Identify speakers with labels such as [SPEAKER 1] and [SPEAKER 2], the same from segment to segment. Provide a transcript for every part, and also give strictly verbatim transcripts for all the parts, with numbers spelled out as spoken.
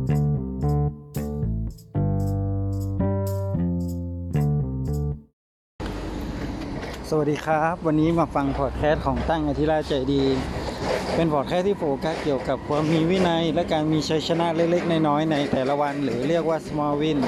[SPEAKER 1] สวัสดีครับวันนี้มาฟังพอดแคสต์ของตั้งอธิราชใจดีเป็นพอดแคสต์ที่โฟกัสเกี่ยวกับความมีวินัยและการมีชัยชนะเล็กๆน้อยๆในแต่ละวันหรือเรียกว่า small win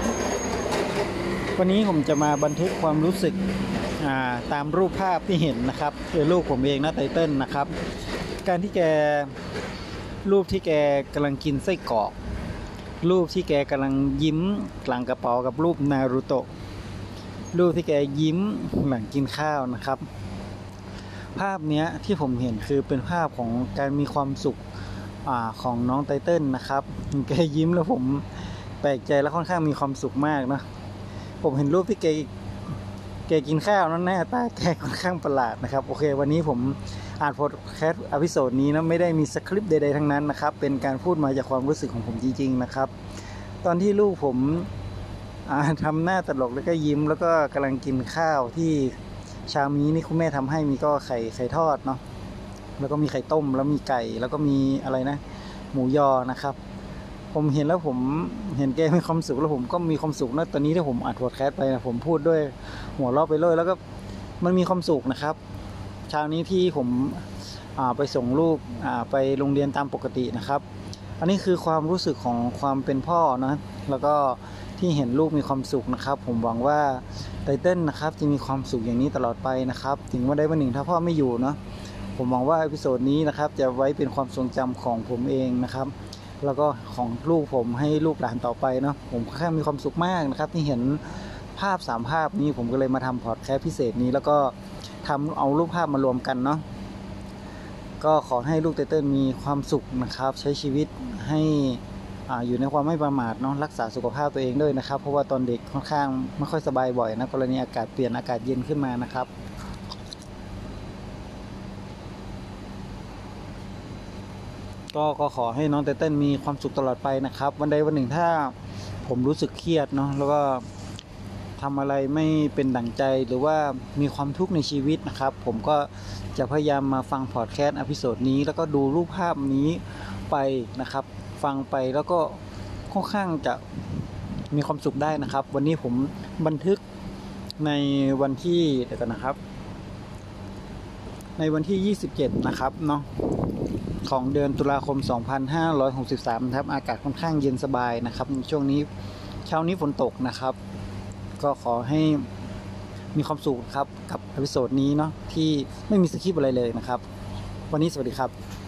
[SPEAKER 1] วันนี้ผมจะมาบันทึกความรู้สึกตามรูปภาพที่เห็นนะครับคือลูกผมเองนะไตเติ้ลนะครับการที่แกรูปที่แกกำลังกินไส้กรอกรูปที่แกกำลังยิ้มกลางกระเป๋ากับรูปนารูโตะรูปที่แกยิ้มหลังกินข้าวนะครับภาพนี้ที่ผมเห็นคือเป็นภาพของการมีความสุขอ่าของน้องไตเติ้ลนะครับแกยิ้มแล้วผมแปลกใจและค่อนข้างมีความสุขมากนะผมเห็นรูปที่แกแกกินข้าวนั้นหน้าตาแกค่อนข้างประหลาดนะครับโอเควันนี้ผมอ่านพอดแคสต์อพิโซดนี้นะไม่ได้มีสคริปต์ใดๆทั้งนั้นนะครับเป็นการพูดมาจากความรู้สึกของผมจริงๆนะครับตอนที่ลูกผมทำหน้าตลกแล้วก็ยิ้มแล้วก็กำลังกินข้าวที่เช้านี้นี่คุณแม่ทำให้มีก็ไข่ไข่ทอดเนาะแล้วก็มีไข่ต้มแล้วมีไก่แล้วก็มีอะไรนะหมูยอนะครับผมเห็นแล้วผมเห็นแกมีความสุขแล้วผมก็มีความสุขนะตอนนี้ที่ผมอัดพอดแคสต์ไปนะผมพูดด้วยหัวเราะไปเลยแล้วก็มันมีความสุขนะครับเช้านี้ที่ผมไปส่งลูกไปโรงเรียนตามปกตินะครับอันนี้คือความรู้สึกของความเป็นพ่อนะแล้วก็ที่เห็นลูกมีความสุขนะครับผมหวังว่าไตเติ้ลนะครับจะมีความสุขอย่างนี้ตลอดไปนะครับถึงวันใดวันหนึ่งถ้าพ่อไม่อยู่เนาะผมหวังว่าเอพิโซดนี้นะครับจะไว้เป็นความทรงจำของผมเองนะครับแล้วก็ของลูกผมให้ลูกหลานต่อไปเนาะผมค่อนข้างมีความสุขมากนะครับที่เห็นภาพสามภาพนี้ผมก็เลยมาทำพอดแคสต์พิเศษนี้แล้วก็ทำเอารูปภาพมารวมกันเนาะก็ขอให้ลูกไตเติ้ลมีความสุขนะครับใช้ชีวิตให้อยู่ในความไม่ประมาทเนาะรักษาสุขภาพตัวเองด้วยนะครับเพราะว่าตอนเด็กค่อนข้างไม่ค่อยสบายบ่อยนะกรณีอากาศเปลี่ยนอากาศเย็นขึ้นมานะครับก็ก็ขอให้น้องไตเติ้ลมีความสุขตลอดไปนะครับวันใดวันหนึ่งถ้าผมรู้สึกเครียดเนาะแล้วก็ทำอะไรไม่เป็นดั่งใจหรือว่ามีความทุกข์ในชีวิตนะครับผมก็จะพยายามมาฟังพอดแคสต์อพิโซดนี้แล้วก็ดูรูปภาพนี้ไปนะครับฟังไปแล้วก็ค่อนข้างจะมีความสุขได้นะครับวันนี้ผมบันทึกในวันที่เดี๋ยวกันนะครับในวันที่ยี่สิบเจ็ดนะครับเนาะของเดือนตุลาคมสองพันห้าร้อยหกสิบสามครับอากาศค่อนข้างเย็นสบายนะครับช่วงนี้เช้านี้ฝนตกนะครับก็ขอให้มีความสุขครับกับเอพิโซดนี้เนาะที่ไม่มีสคริปต์อะไรเลยนะครับวันนี้สวัสดีครับ